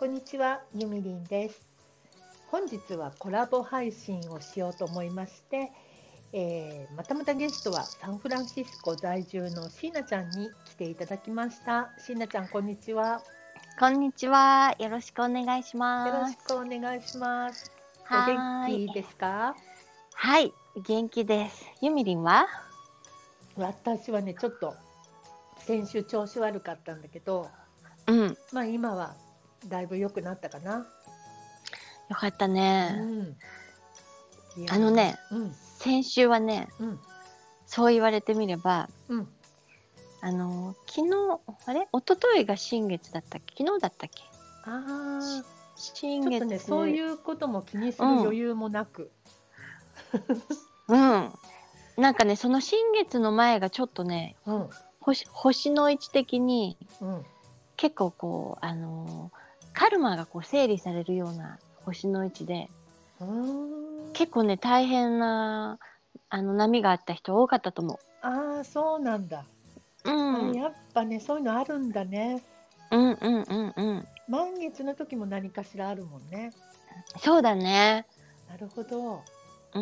んにちは、ゆみりんです。本日はコラボ配信をしようと思いまして、またまたゲストはサンフランシスコ在住の椎名ちゃんに来ていただきました。椎名ちゃん、こんにちは。 こんにちは。よろしくお願いしよろします。 くお願いします。お元はーい。 気ですか？ はい、元気です。ゆみりんは？ 私はね、ちょっと先週調子悪かったんだけど、 うん、 今はだいぶ良くなったかな。 よかったうね。 ん。いやあのね、 ー、うん、 先週はね、 うん、 そう言われてみれば、 うん。 昨日、一昨日が新月だったっけ？昨日だったっけ？ ああ、ち新ょっとね、そう月、 いうことも気にすうん、 る余裕もなく。 うん。なんかね、その新月の前がちょっとね、 うん、 星の位置的にうん。 結構カルマが整理されるような星の位置で、 うーん。 結構ね、大変な、波があった人多かったと思ああ、そうなんだ。 う。うん。 やっぱね、そういうのあるんだね。 うんうんうんうん。 満月の時も何かしらあるもんね。 そうだね。 なるほど。 うん。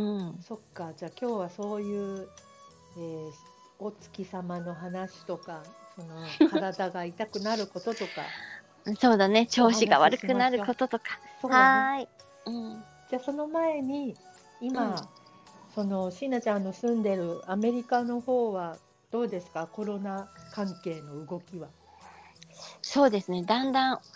そっか。じゃあ今日はそういう、えーお月様の話とか、その体が痛くなることとかそうだね。 お調子が話しし悪くなるましょう。 こととか。 そうだね。 はーい。うん。 じゃあその前にうん。 今その椎名ちゃんの住んでるアメリカの方はどうですか、コロナ関係の動きは。 そうですね。だんだん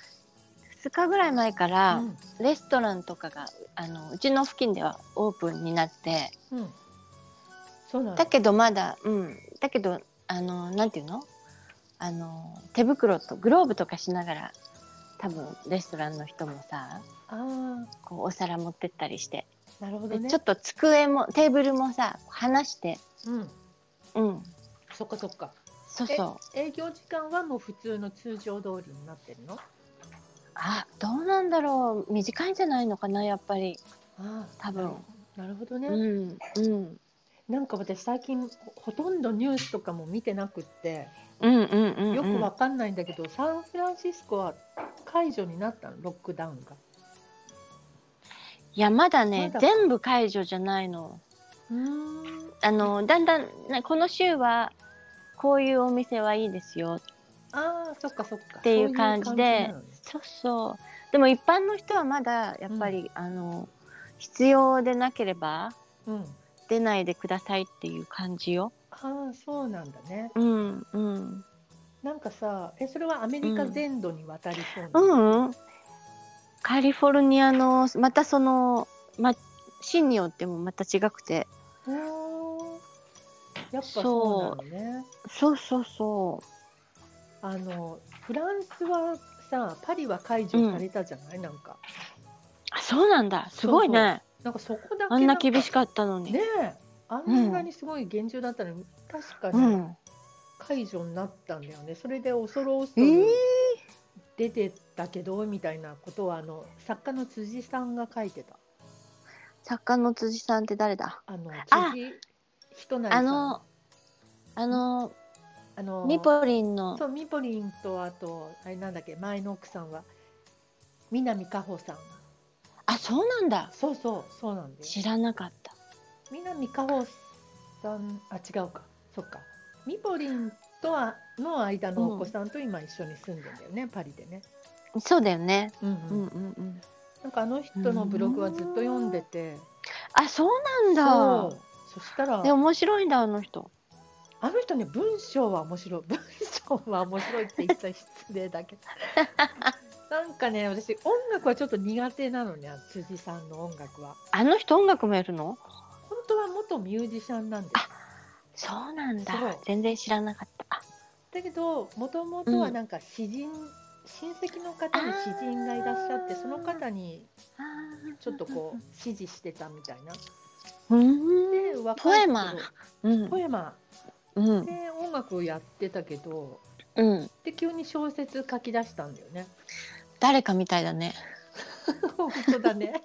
2日ぐらい前からうん、 レストランとかがうちの付近ではオープンになって、 うん、そうなんだ。 だけどまだ、だけどなんていうの？手袋とグローブとかしながら多分レストランの人もさ、 あお皿持ってったりして、 あ、なるほどでちょね。 っと机もテーブルもさ離して、 うん、 うん、 そっかそっか。 そうそう。 営業時間はもう普通の通常通りになってるの？ どうなんだろう、短いんじゃないのかな、やっぱり。 ああ、 多分。 なるほどね。 うんうんなんか私最近ほとんどニュースとかも見てなくって、 うんうんうんよくうん。 わかんないんだけど、サンフランシスコは解除になったの、ロックダウンが。 いやまだね、 まだか。 全部解除じゃないの。 うーん。 だんだんこの週はこういうお店はいいですよああ、そっかそっか。 っていうそういう感じで、 感じなのね。 そうそう。でも一般の人はまだやっうん、 ぱり必要でなければうん。 出ないでくださいっていう感じよ。 ああ、そうなんだね。 うんうんなんかさ、それはアメリカうん全土に渡りそうなの？ うん。カリフォルニアのまた市によってもまた違くて、 うーん。やっぱそうなそのね。 うそうそうそフランスはさ、パリは解う。 除されたじゃないなんか。 そうなんだ。すそうそごいね。 う。なんかそこだあんけなんか、 な厳しかったのに。 ねえ、あうんんなにすごい厳重だったのに、確かにうん。 解除になったんだよね。それで恐るえ恐るー、 出てたけど、みたいなことは、作家の辻さんが書いてた。 作家の辻さんって誰だ？あ、 辻仁成さん。 あの、あんの、 あの、 ミポリンの、 そう、ミポリンと、あと、あれなんだっけ、前の奥さんは、南果歩さん。 そうなんだ。 そうそう、そうなんだよ。 知らなかった。 南果歩さん、あ、違うか。そっか。ミポリンとはの間のお子うさんと今一緒に住んでんだよね、パリでね。 ん。そうだよね。 うんううんん。 うんなんかあのう人のブログはずっと読んん。 でて、 そうなんだ。 そう。そしたら、 面白いんだ、あの人。 あの人ね、文章は面白い。文章は面白いって言っちゃ失礼だけど。なんかね、私、音楽はちょっと苦手なのね、辻さんの音楽は。 あの人音楽もやるの？ 本当は元ミュージシャンなんですよ。 そうなんだ。 そう。 全然知らなかった。 だけど、もともうん。 とはなんか親戚の方に詩人がいらっしゃって、その方にあちょっとこう、指示してたみたいな。で、 ポエマー。 若い頃、 うん。 ポエマうん。 で音楽をやってたけど、 うん。 で、急に小説書き出したんだよね。 誰かみたいだね。 本当だね。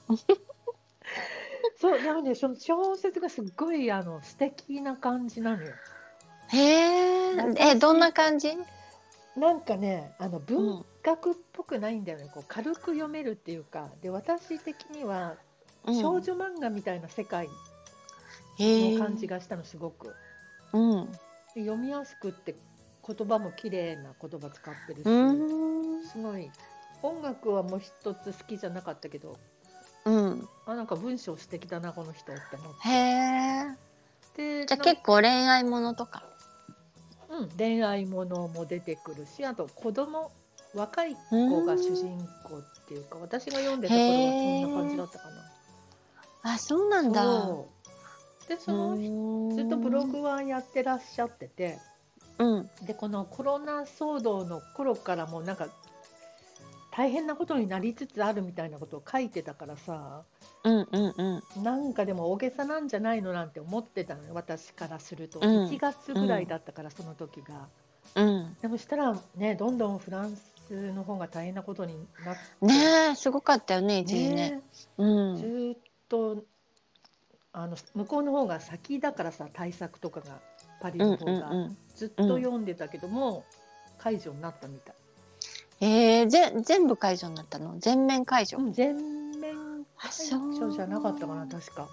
そう、でもね、その小説がすっごい素敵な感じなのよ。 へえ。どん私、 な感じ？ なんかね、 うん。 学っぽくないんだよね。こう軽く読めるっていうか、で私的には少女漫画みたいな世界の感じがしたの、すごく。で読みやすくって言葉も綺麗な言葉使ってるし、すごい音楽はもう一つ好きじゃなかったけど、なんか文章素敵だなこの人って思って。 へえ。 で、 じゃあ結構恋愛ものとか。 恋愛ものも出てくるし、あと若い子が主人公っていうか、私が読んでた頃はそんな感じだったかな。 あ、そうなんだ。 でそのずっとブログはやってらっしゃってて、でこのコロナ騒動の頃からもなんか大変なことになりつつあるみたいなことを書いてたからさ、なんかでも大げさなんじゃないのなんて思ってたのよ、私からすると。1月ぐらいだったから、その時が。でもしたらね、どんどんフランスの方が大変なことになってねえ、すごかったよね、一時ね。 ずっと向こうの方が先だからさ、対策とかがパリの方が、ずっと読んでたけども、解除になったみたい。 全部解除になったの？全面解除？ 全面解除じゃなかったかな、確か。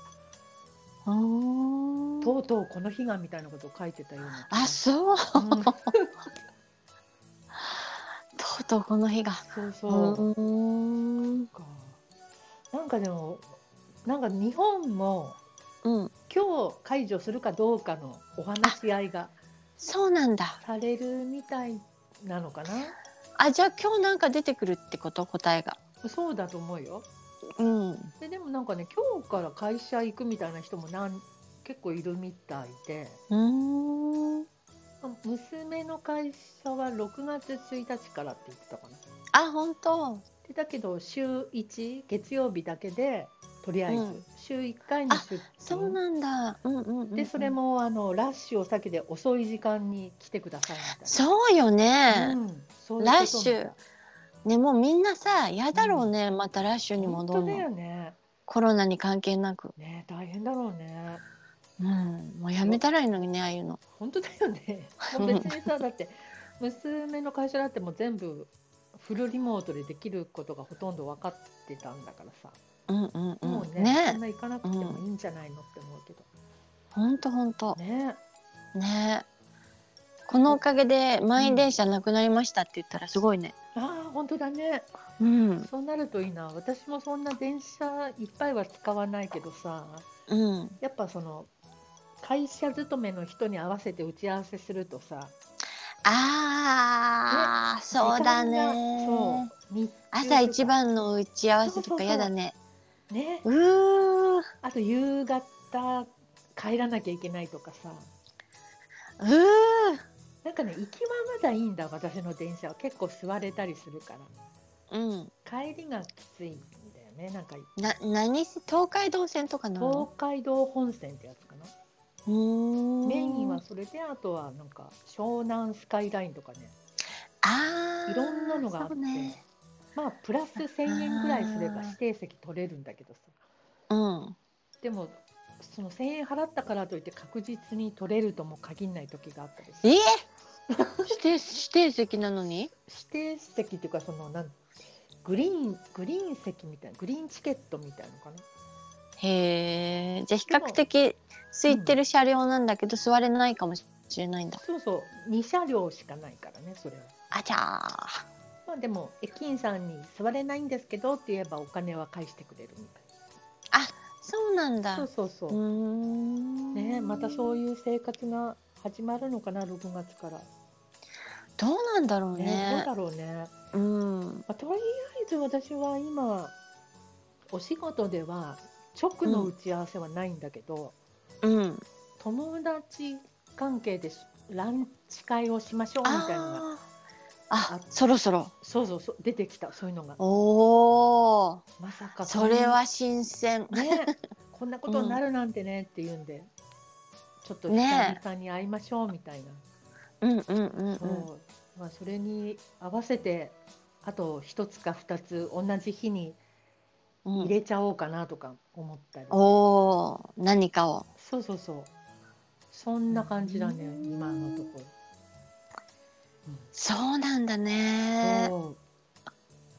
とうとうこの日がみたいなことを書いてたような。 あ、そう。とうとうこの日が。 そうそう。なんかでもなんか日本も今日解除するかどうかのお話し合いがそうなんだされるみたいなのかな。 あ、じゃあ今日なんか出てくるってこと？答えが。 そうだと思うよ。でもなんかね、今日から会社行くみたいな人も結構いるみたいで、娘の会社は6月1日からって言ってたかな。 あ、本当。 でだけど週1月曜日だけでとりあえず週1回の出勤。 そうなんだ。 でそれもラッシュを避けて遅い時間に来てくださいみたいな。 そうよね、ラッシュね。もうみんなさ、嫌だろうね、またラッシュに戻るの。 本当だよね。 コロナに関係なくね、大変だろうね。 もうやめたらいいのにね、ああいうの。 本当だよね。もう別にさだって娘の会社だってもう全部フルリモートでできることがほとんど分かってたんだからさ、もうね、そんな行かなくてもいいんじゃないのって思うけど。 本当ね。 このおかげで満員電車なくなりましたって言ったらすごいね。 ああ、本当だね。そうなるといいな。私もそんな電車いっぱいは使わないけどさ、やっぱその会社勤めの人に合わせて打ち合わせするとさ、 そうだね。朝一番の打ち合わせとかやだね。 あと夕方帰らなきゃいけないとかさ。なんかね、行きはまだいいんだ、私の電車は。結構座れたりするから。帰りがきついんだよね。なんか東海道線とかなの？ 東海道本線ってやつかな。メインはそれで、あとはなんか湘南スカイラインとかね、いろんなのがあって、まあプラス1000円ぐらいすれば指定席取れるんだけどさ、でもその1000円払ったからといって確実に取れるとも限らない時があったりして。 指定席なのに？ 指定席っていうか、そのグリーン席みたいな、グリーンチケットみたいのかな。 へえ、じゃあ比較的空いてる車両なんだけど座れないかもしれないんだ。 そうそう、2車両しかないからね、それは。 あちゃー。 まあでも駅員さんに座れないんですけどって言えばお金は返してくれるみたいな。 あ、そうなんだ。 そうね、またそういう生活が始まるのかな、6月から。 どうなんだろうね。 どうだろうね。とりあえず私は今お仕事では直の打ち合わせはないんだけど、友達関係でランチ会をしましょうみたいなのがそろそろそう出てきた、そういうのが。まさかそれは新鮮ね。こんなことになるなんてねっていうんで、ちょっと久々に会いましょうみたいな。まあそれに合わせてあと1つか2つ同じ日に入れちゃおうかなとか思ったり。 何かを。 そうそんな感じだね、今のところ。 そうなんだね。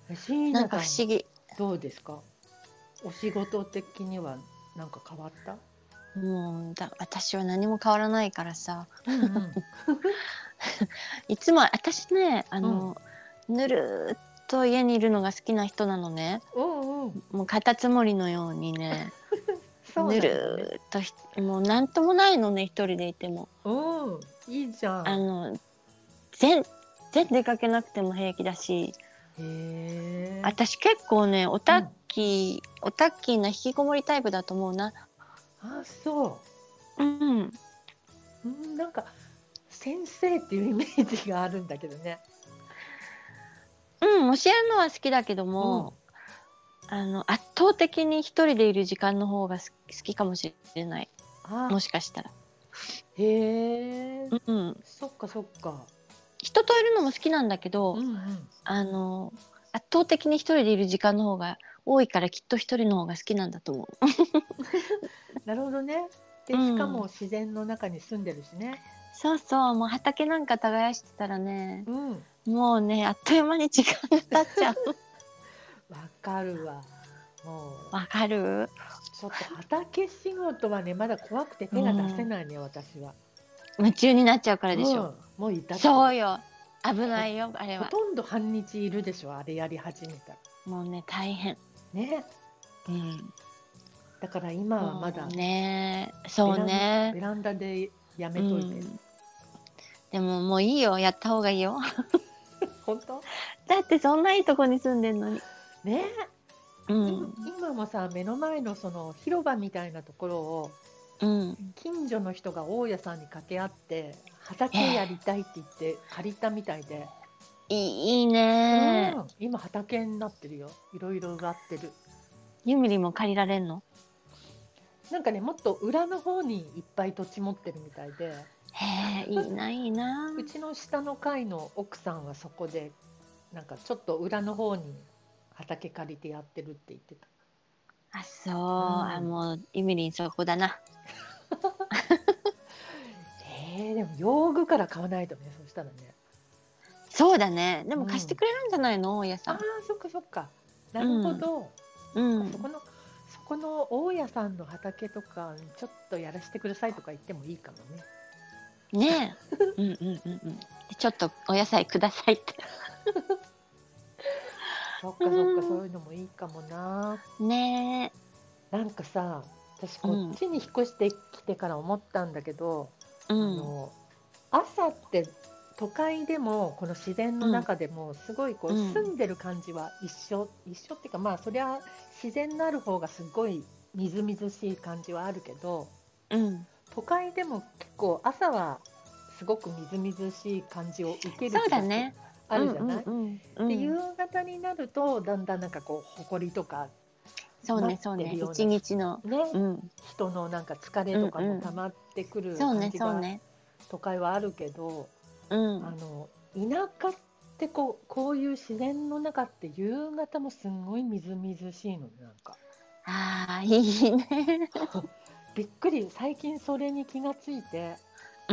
椎なんか名さんは不思議。 どうですか？お仕事的にはなんか変わった？ もう私は何も変わらないからさ、 うんうん。 いつも私ね、 うん。 ぬるーっと家にいるのが好きな人なのね。 うんうん。 もうカタツムリのようにね、 そうぬなんだね。 るーっともうなんともないのね、一人でいても。 うん。いいじゃん。 あの、全然出かけなくても平気だし、 へえ。 私結構ね、 うん。 オタッキーな引きこもりタイプだと思うな。 あ、そうん。 う。うん、なんか先生っていうイメージがあるんだけどね。 うん、教えるのは好きだけどうん。 も、圧倒的に一人でいる時間の方が好きかもしれない。 あ、 もしかしたら。 へえ。 うん。 そっかそっか。 人といるのも好きなんだけど、 うんうん。 圧倒的に一人でいる時間の方が多いからきっと一人の方が好きなんだと思なるほどね。 う。 で、 うしかもん。 自然の中に住んでるしね。 そうそう、もう畑なんか耕してたらね、 うん。 もうね、あっという間に時間が経っちゃう。 わかるわ。もう、 わかる？ ちょっと畑仕事はね、まだ怖くてう手が出せん。 ないね、私は。 夢中になっちゃうからでしょ。 うん。もう至ってる。 そうよ。危なほ、 いよ、あれは。 ほとんど半日いるでしょ、あれやり始めたら。 もうね、大変。 ね。 うん。 だから今はまもうだね、そうね。 ベランダでやうめといてる。 ん。でももういいよ、やった方がいいよ。 本当？ だってそんないいとこに住んでんのに。 ね。 うん。 今もさ、目の前のその広場みたいなところをうん。 近所の人が大家さんに掛け合ってええ、 畑やりたいって言って借りたみたいで、 いいね。 うん、今畑になってるよ。いろいろ植わってる。 ゆみりも借りられんの？ なんかね、もっと裏の方にいっぱい土地持ってるみたいで、 へえ、いいな、いいな。 うちの下の階の奥さんはそこで、なんかちょっと裏の方に畑借りてやってるって言ってた。 あ、そう。 うあ、 ん。 もう、ゆみりんそこだな。 でも用具から買わないとね、そしたらね。 そうだね。でも貸してうん。 くれるんじゃないの、大家ああ、 さん。 そっかそっか。なるほうん。 ど。そっか、 うん。 そこの大家さんの畑とかにちょっとやらせてくださいとか言ってもいいかもね。 ねえ。うんうんうんうん。でちょっとお野菜くださいって。 そっかそっか、 うそういうのもいいかもな。 ん。ねえ。 なんかさ、私うん。 こっちに引っ越してきてから思ったんだけど、 うん。 あの、朝って都会でもこの自然のうん。 中でもすごいこううん。 住んでる感じは一緒っていうか、まあそりゃ自然のある方がすごいみずみずしい感じはあるけど、 うん。 都会でも結構朝はすごくみずみずしい感じを受けるそう気がする、 だね。 あうんるじゃない。 うんうんうで、 ん。 夕方になるとだんだんなんかこう埃とかそう待ねそうね。 ってるような一日の。 ね、 うん。 人のなんか疲れうんとかも溜うん。 まってくるそうね感じがそうね。 都会はあるけど、 うん。 田舎ってこういう自然の中って夕方もすんごいみずみずしいのね、なんか。 ああ、いいね。 びっくり、最近それに気がついて、 うん。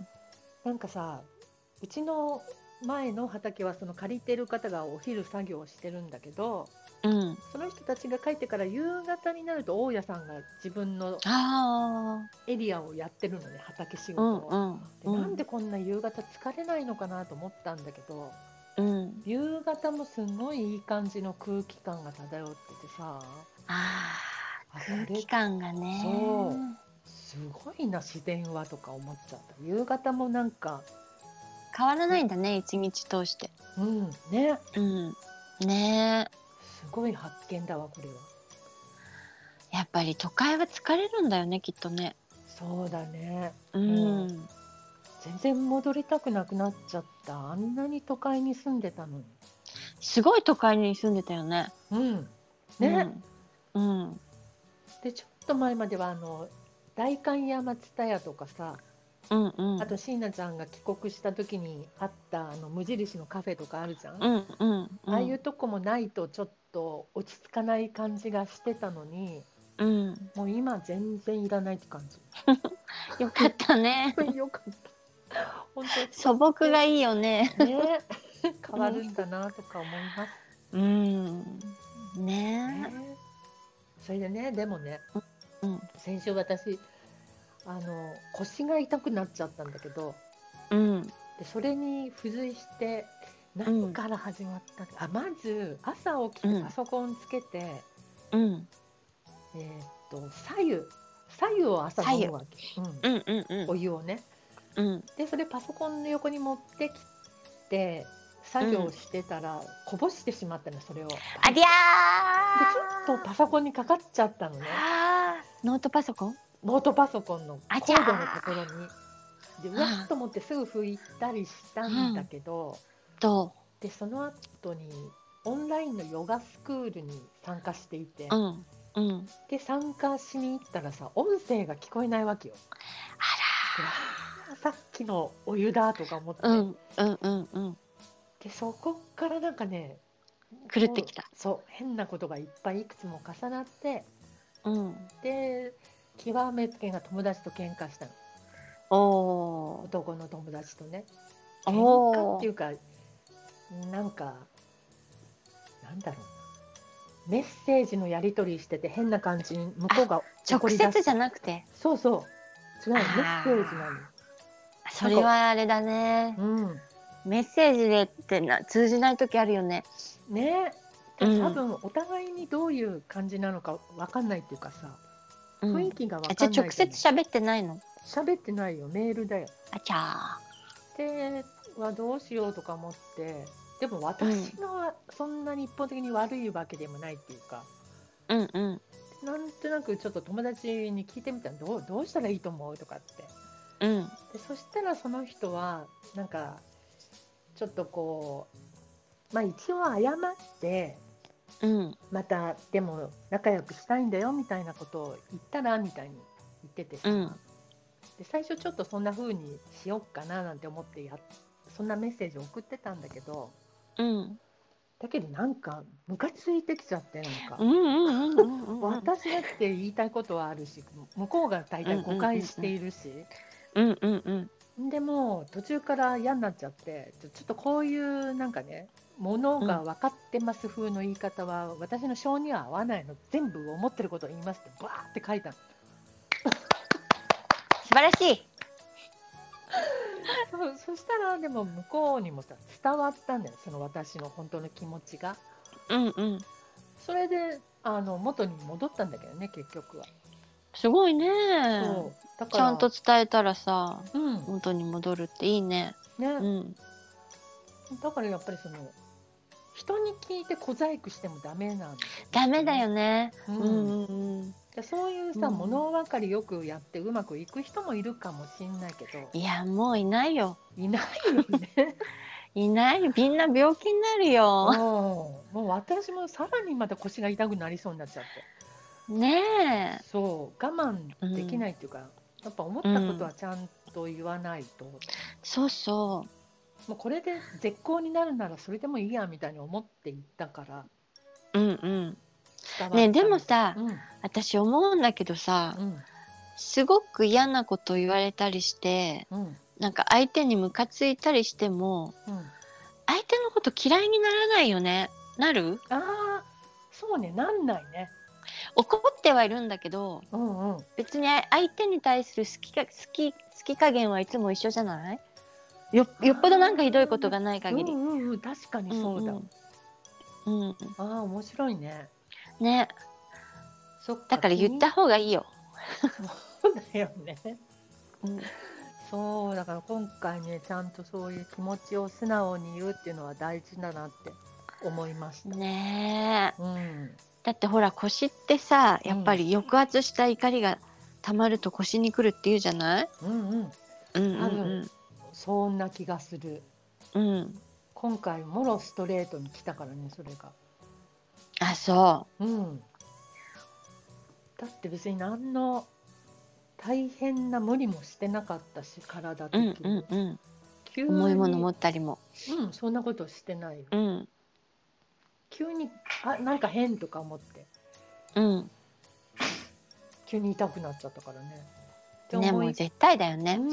なんかさ、うちの前の畑はその借りてる方がお昼作業をしてるんだけど、 うん。 その人たちが帰ってから夕方になると大家さんが自分のああ。 エリアをやってるのね、畑仕うん事を。 うんで、 うん。 なんでこんな夕方疲れないのかなと思ったんだけど、 うん。 夕方もすごいいい感じの空気感が漂っててさ、 ああ、 あ、こ空れ、 気感がそう、 ね。 すごいな、自然はとか思っちゃった。夕方もなんか、 変わらなこいんだね、一日通して。 うん、ね、 うん。ねすごい発見だわ、これは。 え。やっぱり都会は疲れるんだよね、きっとね。 そうだね。 うもう、 ん。 全然戻りたくなくなっちゃった。あんなに都会に住んでたのに。 すごい都会に住んでたよね。 うん。ね。 うん。うん。 で、ちょっと前までは、代官山蔦屋とかさ、 うんうん。 あと椎名ちゃんが帰国した時にあった無印のカフェとかあるじゃん。 うんうんうああいうん。 とこもないとちょっと落ち着かない感じがしてたのに、 うん。 もう今全然いらないって感じ。 よかったね。 よかった。本当ちょっ素朴がといいよね。 ね、変うん。 わるんだなとか思います。 ねね。それでね、でもね、 え。うん先週私腰が痛くなっちゃったんだけど、 うんでそれに付随してうん何から始まったか、まず朝起きてパうんソコンつけて、 うん左右を朝左右。 飲むわけ、 うんうんうんお湯をね。 うんでそれパソコンの横に持ってきて作業うん。 してたらこぼしてしまったの、それをありゃでちょっとパソコンにかかっちゃったのね、 ノートパソコン。 ノートパソコンのあちゃコードのところに。でうわっー。 と思ってすぐ拭いたりしたんだけど、 とでその後にオンラインのヨガスクールに参加していて、 うんうんで参加しに行ったらさ、音声が聞こえないわけよ。でさっきのお湯だとか思って、 うんうんうんうんでそこからなんかね、 狂ってきた。 そう変なことがいっぱいいくつも重なって、 うんで極めつけが友達と喧嘩したの、 お男の友達とね。 ー喧嘩っおー。 ていうか、なんかなんだろう、メッセージのやり取りしてて変な感じに向こうが怒直り出す。 接じゃなくて。 そうそう違う、メッセージなの。 それはあれだね。 うんメッセージでって通じない時あるよね。 ね、でうん多分お互いにどういう感じなのか分かんないっていうかさ、 うん雰囲気が分じゃあ直かんないじゃない。 接喋ってないの。 喋ってないよ、メールだよ。 あちゃではどうしようとか思って、でも私のそんなに一方的に悪いわけでもないっていうか、 ー。うんうんなんとなくちょっと友達に聞いてみたらどうしたらいいと思うとかって。 うんでそしたらその人はなんかちょっとこう、まあ一応謝ってうんまたでも仲良くしたいんだよみたいなことを言ったらみたいに言っててさ、 うんで最初ちょっとそんな風にしよっかななんて思ってそんなメッセージを送ってたんだけど、 うんだけどなんかムカついてきちゃって、なんか、 うんうんうんうん私だって言いたいことはあるし、向こうが大体誤解しているし、 うんうんでも途中から嫌になっちゃって、ちょっとこういうなんかね、ものが分かってます風の言い方は私の性には合わないの、全部思ってることを言いますってバーって書いたの。 素晴らしい。 そしたらでも向こうにもさ伝わったんだよ、その私の本当の気持ちが。 うんうんそれで元に戻ったんだけどね、結局は。 すごいね。 そうだからちゃんと伝えたらさうん元に戻るっていいね。 ね、 うんだからやっぱりその人に聞いて小細工してもダメなんだよね。 ダメだよね。 ううんんうんうんでそういうさ、 うん物分かりよくやってうまくいく人もいるかもしんないけど、 いやもういないよ。 いないよね。 いないよ。みんな病気になるよ。 もう私もさらにまた腰が痛くなりそうになっちゃって、 ねえ。 そう我慢できないっていうか、やっぱ思ったことはちゃんと言わないと、 そうそもうこれで絶好になるならそれでもいいやみたいに思っていったからう。うんうん。 伝わった。 ねえでもさうん私思うんだけどさうんすごく嫌なこと言われたりしてうんなんか相手にムカついたりしてもうん相手のこと嫌いにならないよね。なる？ ああそうね、なんないね。 怒ってはいるんだけどうんうん別に相手に対する好き加減はいつも一緒じゃない？よっぽどなんかひどいことがない限り。 確かにそうだ。 うんうんああ面白いね。 ね。 そっか、 だから言った方がいいよ。 そうだよね。 うんそうだから今回ね、ちゃんとそういう気持ちを素直に言うっていうのは大事だなって思いました。 ねえ。 うんだってほら腰ってさやっぱり抑圧した怒りが溜まると腰にくるって言うじゃない？ うんうんうん多分そんな気がする。 うん今回もろストレートに来たからね、それが。 あそうんだって別に何の大変な無理もしてなかったし、体う。うん的に。 うんうん。 急に重いもの持ったりも。 そんなことしてないよ。 うん急になんか変とか思ってうん。 急に痛くなっちゃったからね。ってねもう絶対だよね。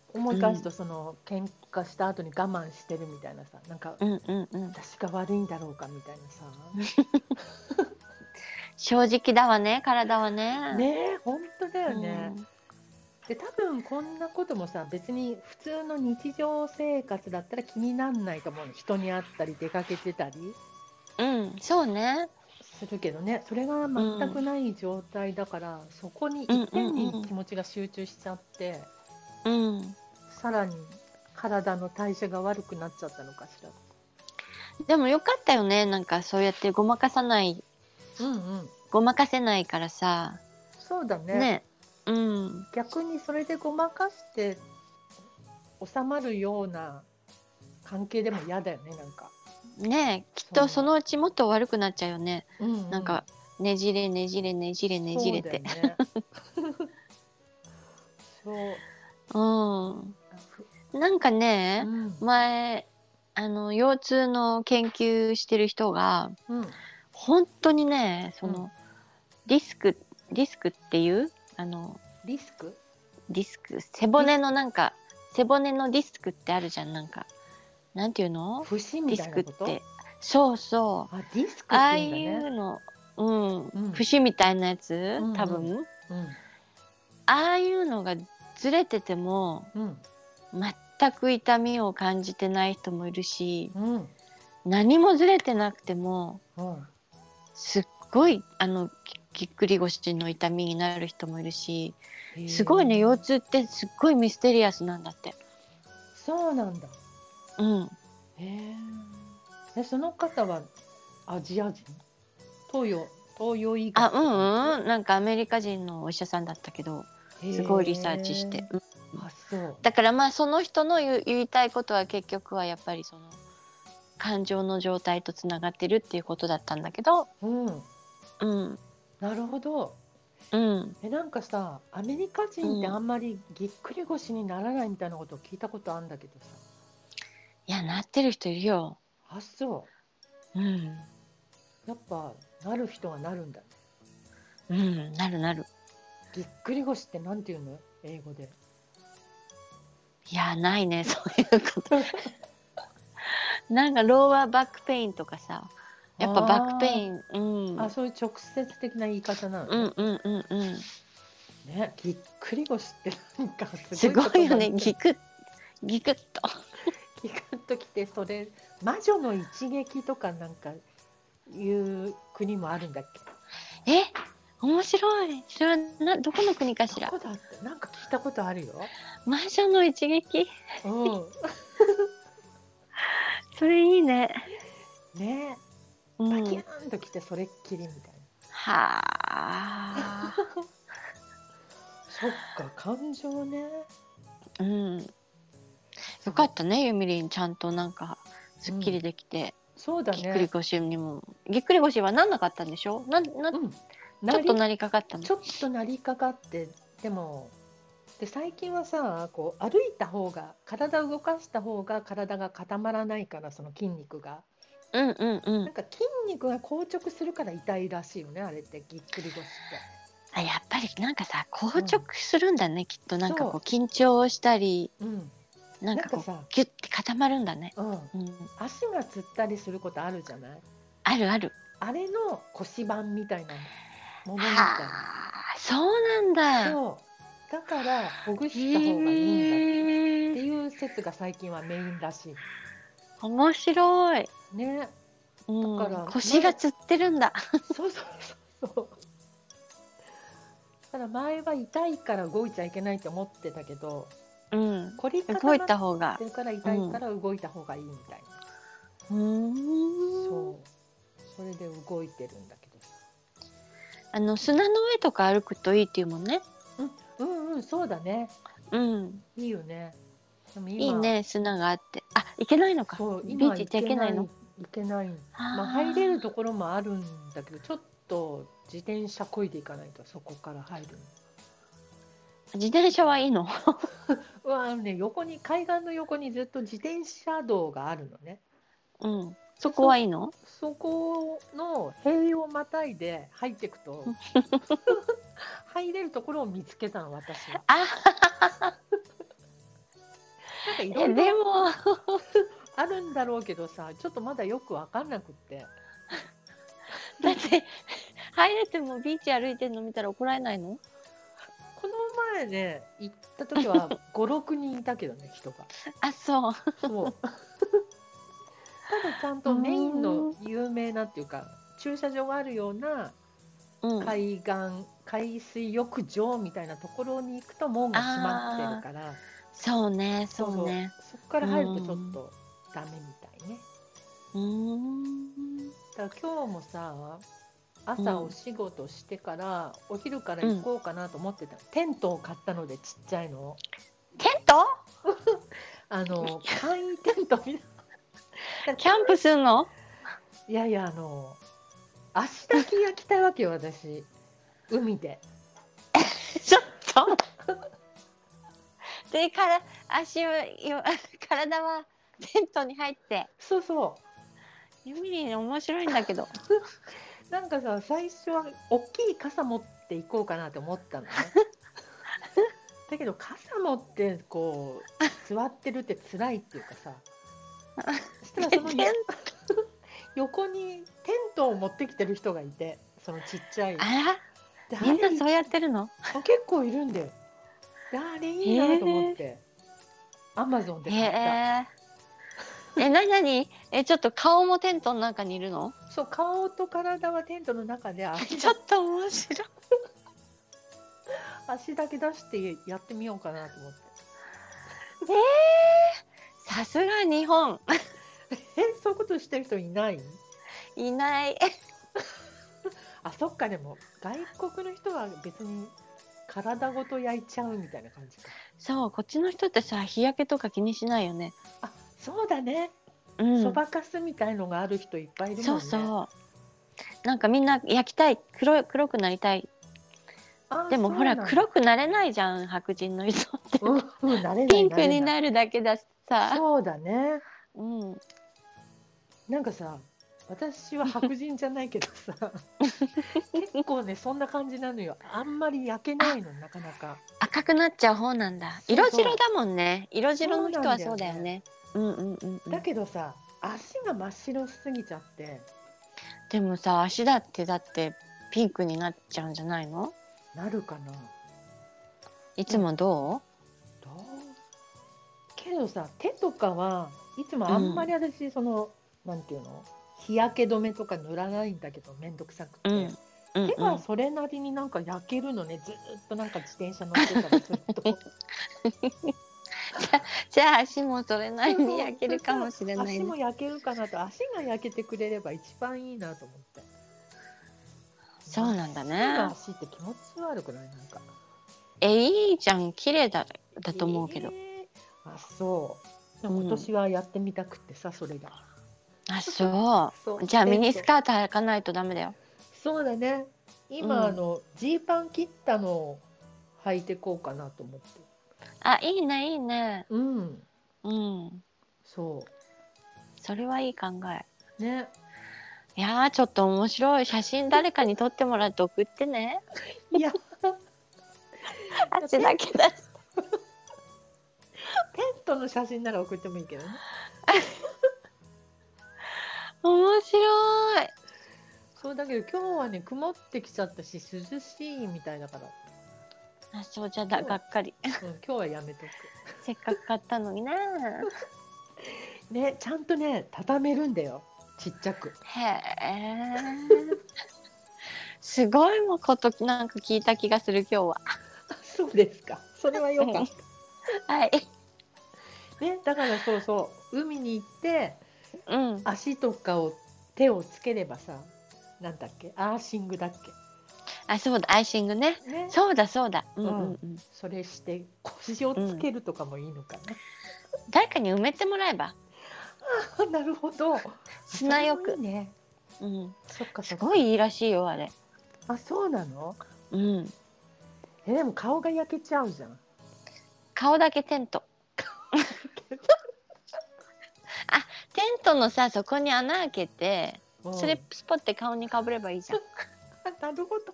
思い返すとその喧嘩した後に我慢してるみたいなさ、なんか私が悪いんだろうかみたいなさ。 正直だわね、体はね。 ねえ、本当だようね。 ん、 で、多分こんなこともさ、別に普通の日常生活だったら気になんないと思うの。人に会ったり出かけてたりうん、そうね。 するけどね、それがうん、 全くない状態だから、そこにうん一点にうん気持ちが集中しちゃって、 うん。うん。 さらに体の代謝が悪くなっちゃったのかしら。 でもよかったよね。なんかそうやってごまかさない、 うんうん、 ごまかせないからさ。 そうだね。 ね。うん。 逆にそれでごまかして収まるような関係でも嫌だよね、なんか。 ねえ、きっとそのうちもっと悪くなっちゃうよね。 うんうん、 なんか、ねじれねじれねじれねじれそうだよて。 ね。そう。 うん。なんかうね、 ん前、腰痛の研究してる人が、 うん本当にね、 うん、 ディスク、ディスクっていう、 リスクディスク、背骨のなんか、背骨のディスクってあるじゃん、なんか。なんていうの？ 節みディスたいなこと？ クって。そうそう。 あ、ディスクってああい言うんだね。 うの、うん、 うん節みたいなやつ、 うんうん多分。 うんああいうのがずれてても、 うん全く痛みを感じてない人もいるし、 うん何もずれてなくても、 うんすっごい、ぎっくり腰の痛みになる人もいるし、 へえ、 すごいね、腰痛ってすっごいミステリアスなんだって。 そうなんだ。 うん。 へえ。で、その方はアジア人？東洋、東洋医学あ、 とかのうん、なんかアメリカ人のお医者さんだったけど、 人？ すごいリサーチしへえ。 て。うん、 あ、そう。 だからまあその人の言いたいことは結局はやっぱりその感情の状態とつながってるっていうことだったんだけど、 うん。 うん、 なるほど。 うん、 なんかさ、アメリカ人ってうん。 あんまりぎっくり腰にならないみたいなことを聞いたことあるんだけどさ。 いや、なってる人いるよ。 あ、そうん、 う。やっぱなる人はなるんだね。 うん、なるなる。 ぎっくり腰ってなんていうの？英語で。 いや、ないね、そういうこと。なんかローアーバックペインとかさ、やっぱバックペイあン、うん、 あ、あ、そういう直接的な言い方なのね。 うんうんうんうん。 ね、ぎっくり腰ってなんかすすごい言葉ごいよね、 ね。 ギクッと。 ギクッときて、それ、魔女の一撃とかなんかいう国もあるんだっけ？ え、面白い。それはどこの国かしら。 どこだって、なんか聞いたことあるよ。 魔女の一撃。 うん。 それいいね。 ね、 うバキュん。 ーンときてそれっきりみたいな。 はあ。 そっか、感情ね。 うん。よかったね、ゆみりん。ちゃんとなんか、すっきりできて、 そうだぎっくりね。 腰にも。ぎっくり腰はなんなかったんでしょ？ うん。 ちょっとなりかかったの。 ちょっとなりかかって、でも、で、最近はさ、こう歩いた方が、体を動かした方が体が固まらないから、その筋肉が。 うんうんうん。 なんか筋肉が硬直するから痛いらしいよね、あれってぎっくり腰って。 あ、やっぱりなんかさ、硬直するんだね、きっと。なんかこう、 そ緊張したり、 う。うん。 なんかこう、 なんかさ、 ギュッて固まるんだね。 うん。 うん。 足がつったりすることあるじゃない？ あるある。 あれの腰版みたいなものみたい。 はあ、そうなんだ。 そう。だからほぐした方がいいんだってへえ、 いう説が最近はメインらし面白い。 い。ね。だかうん、 ら前、 腰がつってるんだ。 そうそうそうそう。だから前は痛いから動いちゃいけないって思ってたけど、 うん、 凝り固動いまった方が。 てるからうん。 痛いから動いた方がいいみたいな。 うーん。 そう。それで動いてるんだけどさ。 砂の上とか歩くといいっていうもんね。 うんうん、そうだね。 うん。 いいよね。でも今、 いいね、砂があって。あ、行けないのか。 そう、今行ビーチ行っちゃいけない、 けないの？ 行けない。まあ入れるあところもあるんだけど、ちょっと自転車漕いでいかないとそこから入るあ、自転車はいいの？ の。ね、横に、海岸の横にずっと自転車道があるのね。 うん。そで、 こはいいの？ そこの塀をまたいで入っていくと、入れるところを見つけたの、私は。 あ、 なんかいろいでろもあるんだろうけどさ、ちょっとまだよくわかんなくって。 だって入れてもビーチ歩いてるの見たら怒られないの？ この前ね、行った時は5、6人いたけどね、人が。 あ、そう。 そう。ただちゃんうとメインのーん。 有名なっていうか、駐車場があるようなうん。 海岸、海水浴場みたいなところに行くと門が閉まってるああ、 から、 そうね、 そうそう、 そうね。 そこかうら入るとちょっん。 とダメみたいね。 うーん。 だから今日もさ、 うん。 朝お仕事してからお昼からうん。 行こうかなと思ってた。テントを買ったので、ちっちゃいの。 テント？ 簡易テントみたいな。 キャンプすんの？ いやいや、足だけ焼きたいわけよ、私。海で。 ちょっと。で、足を、体はテントに入って。 そうそユミリン面白いんだけど。 う。なんかさ、最初は大きい傘持って行こうかなって思ったのね。だけど傘持ってこう座ってるって辛いっていうかさ、そしたらそのテン横にテントを持ってきてる人がいて、そのちっちゃい。 あら、 で、あれみんなそうやってるの？ 結構いるんだよ。で、あれいいなと思っへえ。 て、アマゾンでへ買った。 え。なになに？ちょっと顔もテントの中にいるの？ そう、顔と体はテントの中で、 ちょっと面白い。 足だけ出してやってみようかなと思って。 さすが日本。 そういうことしてる人いない？ いない。 あ、そっか、でも外国の人は別に体ごと焼いちゃうみたいな感じか。 そう、こっちの人ってさ、日焼けとか気にしないよね。 あ、そうだね。 うん。 そばかすみたいのがある人いっぱいいるそうもんね。 そう。なんかみんな焼きたい。黒くなりたい。 あ、 でもほら、 そうなんだ。 黒くなれないじゃん、白人の人って。 うん、うん、慣れないピン慣れない。 クになるだけだしさ。 そうだね。 うん。 なんかさ、私は白人じゃないけどさ、結構ね、そんな感じなのよ。あんまり焼けなあ、 いの、なかなか。 赤くなっちゃう方なんだ。 そうそう。 色白だもんね。色白そうなんの人はだよね。 そうだよね。うんうんうんうだん。 けどさ、足が真っ白すぎちゃって、 でもさ、足だってピンクになっちゃうんじゃないの？ なるかな。 いつでも、 もどどうけどさ、手とかはいつもう？うあんまん。 り私、なんていうの、日焼け止めとか塗らないんだけど、めんどくさくって。 うん。うん手うん。 はそれなりになんか焼けるのね、ずーっとなんか自転車乗ってたりすると。 じゃあ足もそれなりそうそう。 に焼けそしたらるかもしれないね。 足も焼けるかなと、足が焼けてくれれば一番いいなと思って。真っそうなんだ白なね。 足って気持ち悪くないなんか。 いいじゃん。綺麗だと思うけど。 あ、そう。でも今うん。 年はやってみたくってさ、それが。 あ、そそう、 う。じゃあミニステント。 カート履かないとダメだよ。 そうだね。今、 うん。 ジーパン切ったのを履いてこうかなと思って。 あ、いいね、いいね。 うん、 うん。 そそれはいい考え。 う。ね。 いやー、ちょっと面白い。写真誰かに撮ってもらって送ってね。 いや、 足だけだし。 テントの写真なら送ってもいいけどね。 面白い。 そうだけど今日はね、曇ってきちゃったし、涼しいみたいだから、 あ、そうじゃ今日は、 がっかり。 今日はやめとく。 せっかく買ったのにな。 ね、ちゃんとね、畳めるんだよ。ちっちゃく。 へえ。すごいもんことなんか聞いた気がする今日は。 そうですか。それはうん。 よかっはい。 た。ね、だからそうそう、海に行って、 うん。 足とかを手をつければさ、なんだっけ、アーシングだっあ、そうだ、アイシングね。 け。ね。 そうだそうだ。うんうん。 うんうん。 それして腰をうん。 つけるとかもいいのかな。 誰かに埋めてもらえば。 あ、なるほど。あ、それもいい砂よく。 ね。 うん。 そっかそすっか。 ごいいいらしいよ、あれ。 あ、そうなの？ うん。 でも顔が焼けちゃうじゃん。 顔だけテント。あ、テントのさ、そこに穴開けて、 うん。 それスポって顔にかぶればいいじゃん。 あ、なるほど。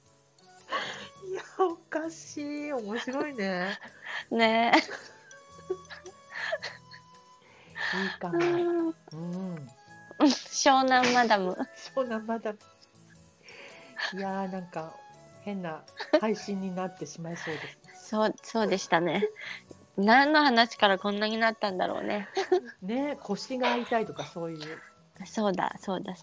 いや、おかしい。面白いね。 ねえ。 いいかも。 うんうん。 湘南マダム。 そうなんまだ。いやーなんか変な配信になってしまいそうです。 そうでしたね。何の話からこんなになったんだろうね。 ね、腰が痛いとかそういう。 そうだ。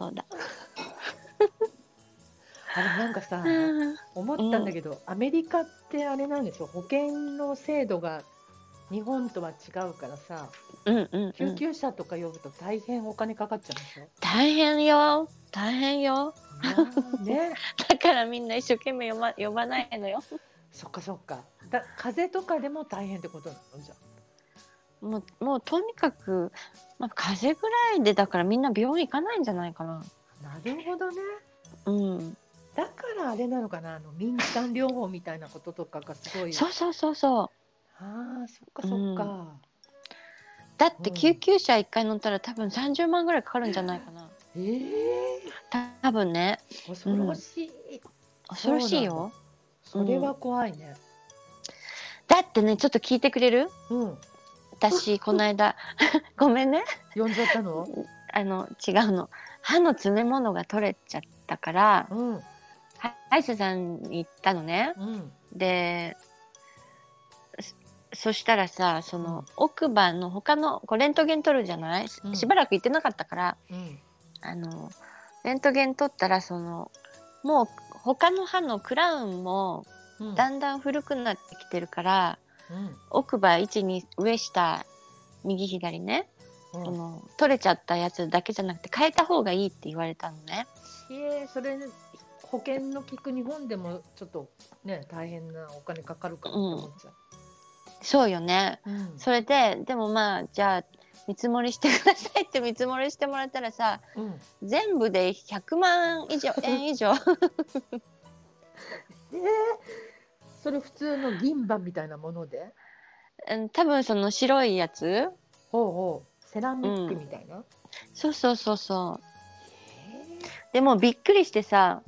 あれなんかさ、 うん思ったんだけど、アメリカってあれなんでしょ、保険の制度が日本とは違うからさ、救急車とか呼ぶと大変お金かかっちゃうんでしょ。 大変よ。 いやーね、 だからみんな一生懸命呼ばないのよ。 そっかそっか。風邪とかでも大変ってことなのじゃもうとにかく、まあ、風邪ぐらいでだからみんな病院行かないんじゃないかな。 あ。なるほどね。 うん。 だからあれなのかな、民間療法みたいなこととかがすごい。 そう。 ああ、そっかそっか。 だって救急車1回乗ったら多分30万ぐらいかかるんじゃないかな。多分ね。 恐ろしい。 恐ろしいよ。 それは怖いね。 だってね、ちょっと聞いてくれる？ うん。 私この間ごめんね。 呼んじゃったの？ 違うの。歯の詰め物が取れちゃったから、 うん。 歯医者さんに行ったのね。 うん。 で、そしたらさ、その奥歯の他のレントゲン取るじゃない？しばらく行ってなかったから、レントゲン取ったらもう他の歯のクラウンもだんだん古くなってきてるから、奥歯1、2上下右左ね、取れちゃったやつだけじゃなくて変えた方がいいって言われたのね。 それ保険の効く日本でもちょっとね大変なお金かかるかもって思っちゃう。 そうよね。それでもまあじゃあ見積もりしてくださいって見積もりしてもらったらさ、全部で100万円以上それ普通の銀歯みたいなもので？ 多分その白いやつ、 セラミックみたいな。 そう。でもびっくりしてさ、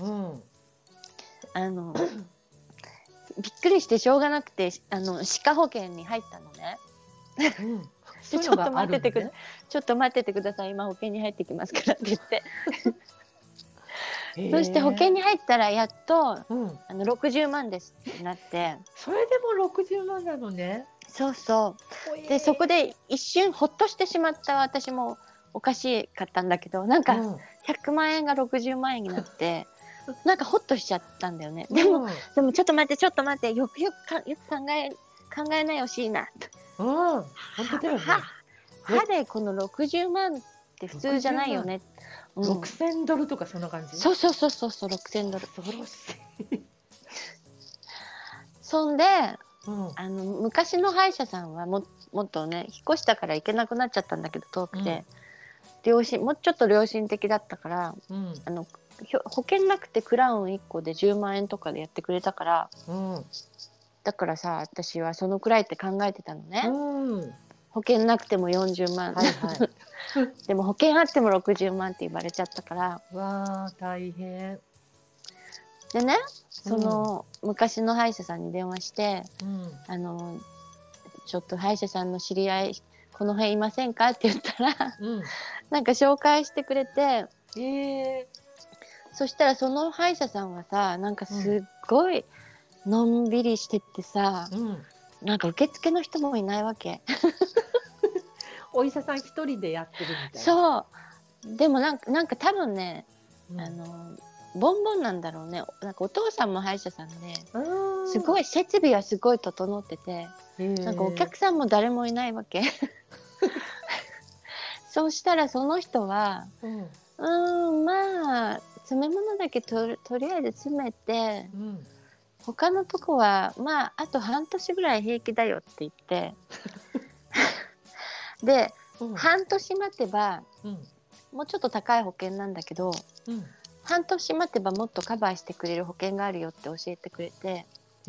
びっくりしてしょうがなくて歯科保険に入ったのね。ちょっと待っててください、今保険に入ってきますからって言ってそして保険に入ったらやっと、60万ですってなって。 それでも60万なのね。 そうでそこで一瞬ほっとしてしまった私もおかしかったんだけど、なんか100万円が60万円になってなんかホッとしちゃったんだよね。でもちょっと待ってよく考えないよ椎名。 本当だよね。 歯でこの60万って普通じゃないよね。 6000ドルとかそんな感じ？ そう6000ドル。 恐ろしい。 そんで昔の歯医者さんはもっとね引っ越したから行けなくなっちゃったんだけど遠くて、もうちょっと良心的だったから、保険なくてクラウン1個で10万円とかでやってくれたから、だからさ私はそのくらいって考えてたのね。保険なくても40万、でも保険あっても60万って言われちゃったから、 わー大変でね、その昔の歯医者さんに電話して、ちょっと歯医者さんの知り合いこの辺いませんかって言ったら、なんか紹介してくれて、そしたらその歯医者さんはさなんかすっごいのんびりしてってさ、なんか受付の人もいないわけお医者さん一人でやってるみたいな。 そうでもなんか多分ね、ボンボンなんだろうね。なんかお父さんも歯医者さんですごい設備はすごい整ってて、なんかお客さんも誰もいないわけそうしたらその人はまあ詰め物だけとりあえず詰めて、他のとこはまああと半年ぐらい平気だよって言ってで、半年待てば、もうちょっと高い保険なんだけど、半年待てばもっとカバーしてくれる保険があるよって教えてくれて、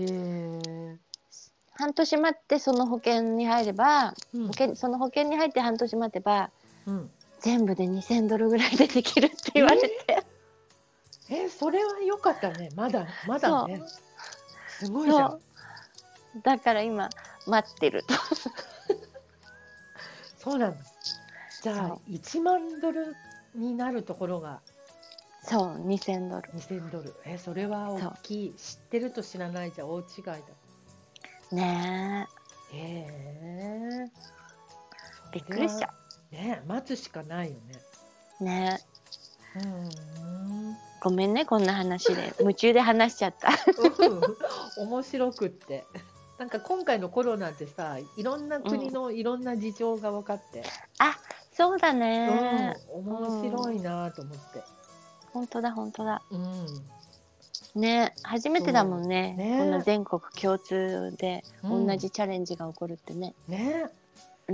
半年待ってその保険に入れば、その保険に入って半年待てば、全部で2000ドルぐらいでできるって言われて、 それは良かったね。まだね。すごいじゃん。 だから今待ってるとそうなんです。 じゃあ1万ドルになるところがそう2000ドル。 2000ドル。それは大きい。知ってると知らないじゃ大違いだ。 ねえ。へえ。 びっくりした。 ね、待つしかないよね。 ね。 うん。 ごめんね、こんな話で夢中で話しちゃった。 面白くって。なんか今回のコロナってさ、いろんな国のいろんな事情が分かって。 あ、そうだね。 面白いなと思って。 本当だ本当だ。 うん。 ね、初めてだもんね。 ね、 こんな全国共通で同じチャレンジが起こるってね。 ね。 うん。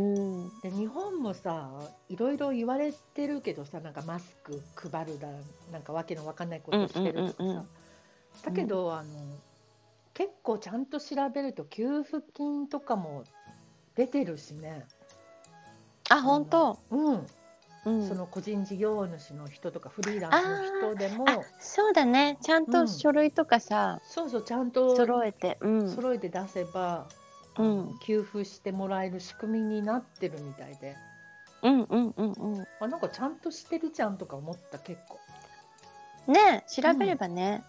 で日本もさ、いろいろ言われてるけどさ、なんかマスク配るだ、なんかわけのわかんないことしてるとかさ。だけど結構ちゃんと調べると給付金とかも出てるしね。 あ、本当。 その個人事業主の人とかフリーランスの人でも、 そうだね。ちゃんと書類とかさ、 そうちゃんと揃えて出せば、給付してもらえる仕組みになってるみたいで、なんかちゃんとしてるじゃんとか思った結構。 ね、調べればね。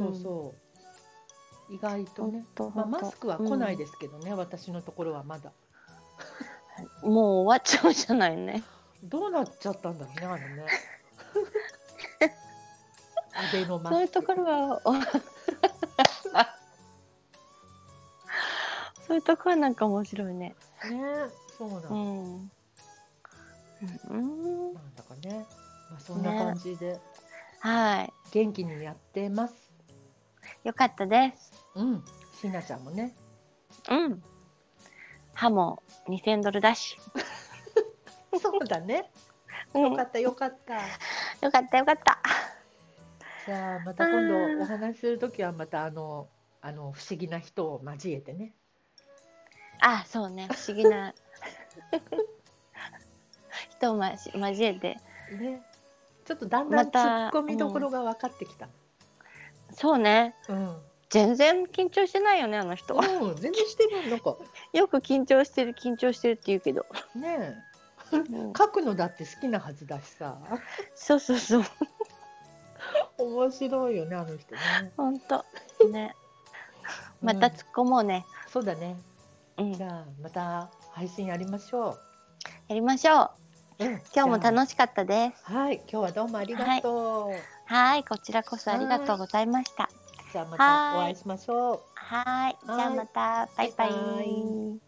そう意外とね。マスクは来ないですけどね、私のところはまだ。 もう終わっちゃうじゃないね。 どうなっちゃったんだろうね、あれね。アベノマスク。 そういうところはそういうところはなんか面白いね。 ね、そうなんだ。なんだかね、そんな感じで、 はい。 元気にやってます。 よかったです。 しなちゃんもね。 歯も2000ドルだし。 そうだね。よかったよかった。 よかったよかった。 じゃあまた今度お話しするときはまた不思議な人を交えてね。 あ、そうね、不思議な人を交えて。 ね。ちょっとだんだんツッコミどころが分かってきた。 そうね。全然緊張してないよね、あの人。 全然してない。なんかよく緊張してるって言うけど。 ねえ。書くのだって好きなはずだしさ。 そうそうそう。 面白いよね、あの人ね。 本当ね。また突っ込もうね。 そうだね。じゃあまた配信やりましょう。 やりましょう。今日も楽しかったです。 はい、今日はどうもありがとう。 はい、こちらこそありがとうございました。 じゃあまたお会いしましょう。 はい、じゃあまたバイバイ。